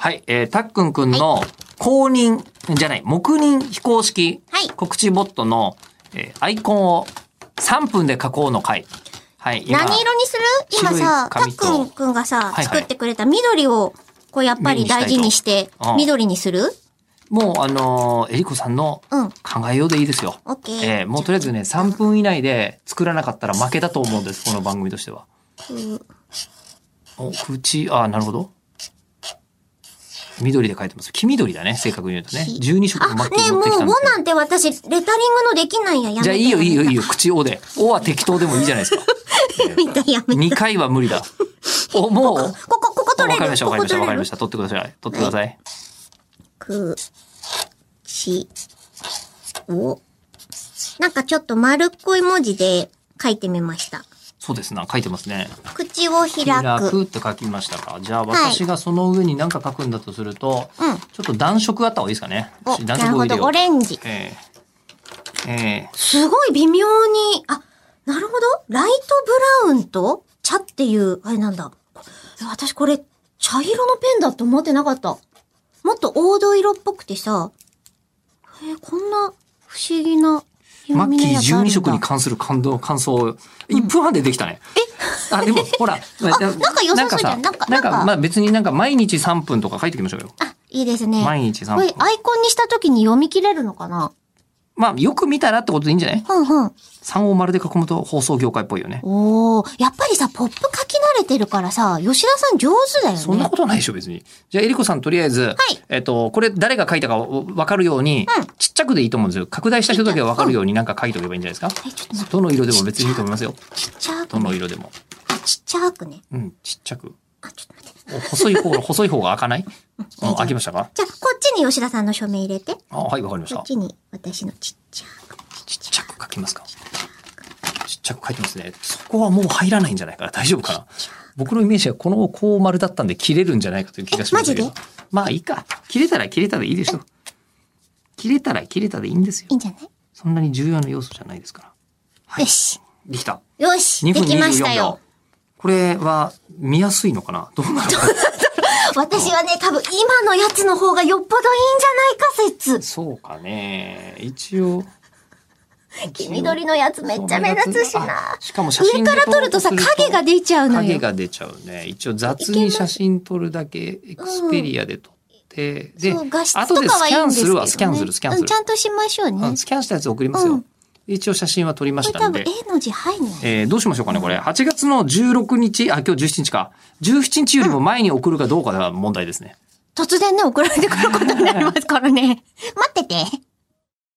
はい、たっくんくんの公認、じゃない、黙認非公式告知ボットの、アイコンを3分で書こうの回。はい。 何色にする？今さ、たっくんくんがさ、作ってくれた緑を、こうやっぱり大事にして、緑にする？ もうえりこさんの考えようでいいですよ。 オッケー。 もうとりあえずね、3分以内で作らなかったら負けだと思うんです、この番組としては。口、なるほど。緑で書いてます。黄緑だね、正確に言うとね。12色のマッキー持ってきたんですけど。 もう、なんて私、レタリングのできないや、やめて。 じゃあいいよ、口おで。おは適当でもいいじゃないですか。2回は無理だ。もう。 ここ取れる。 わかりました。取ってください。 口を、なんかちょっと丸っこい文字で書いてみました。 そうですな、書いてますね。 口を開くって書きましたか。じゃあ私がその上に何か書くんだとすると、ちょっと暖色あった方がいいですかね。 なるほど、オレンジ。すごい微妙に、なるほど。ライトブラウンと茶っていう、あれなんだ。私これ、茶色のペンだって思ってなかった。もっと黄土色っぽくてさ、こんな不思議なマッキー12色に関する感想1分半でできたね。でも、ほら。 なんか良さそうじゃん。なんか、 別に毎日3分とか書いてきましょうよ。 いいですね。 毎日3分。 これアイコンにした時に読み切れるのかな？ よく見たらってことでいいんじゃない？3を丸で囲むと放送業界っぽいよね。 やっぱりさ、ポップ書き慣れてるからさ、吉田さん上手だよね。 そんなことないでしょ、別に。じゃあ、えりこさんとりあえず、これ誰が書いたか分かるように、ちっちゃくでいいと思うんですよ。拡大した人だけは分かるようになんか書いておけばいいんじゃないですか？どの色でも別にいいと思いますよ。 ちっちゃく。 どの色でも。 ちっちゃくね。 ちっちゃく。 ちょっと待って。 細い方が開かない？開きましたか？ じゃあ、こっちに吉田さんの署名入れて。 はい、わかりました。 こっちに私のちっちゃく。 ちっちゃく書きますか？ちっちゃく書いてますね。そこはもう入らないんじゃないかな。大丈夫かな？僕のイメージはこのこう丸だったんで切れるんじゃないかという気がしますけど。 マジで？ いいか。切れたらでいいでしょ。切れたでいいんですよ。 いいんじゃない？ そんなに重要な要素じゃないですから。はい。 よし。 できた。 よし。 2分できました 24秒。 よ。 これは見やすいのかな？どうなのかな？ 私はね、多分今のやつの方がよっぽどいいんじゃないか説。 そうかね。一応。 黄緑のやつめっちゃ目立つしな。 しかも写真上から撮るとさ、影が出ちゃうのよ。 影が出ちゃうね。一応雑に写真撮るだけ、エクスペリアで撮って、で、 画質とかはいいんですけどね。 スキャンする。 ちゃんとしましょうね。 スキャンしたやつ送りますよ。一応写真は撮りましたんで。 これ多分 A の字入んない。 どうしましょうかね、これ。8月の16日、今日17日か。17日よりも前に送るかどうかが問題ですね。 突然ね、送られてくることになりますからね。待ってて。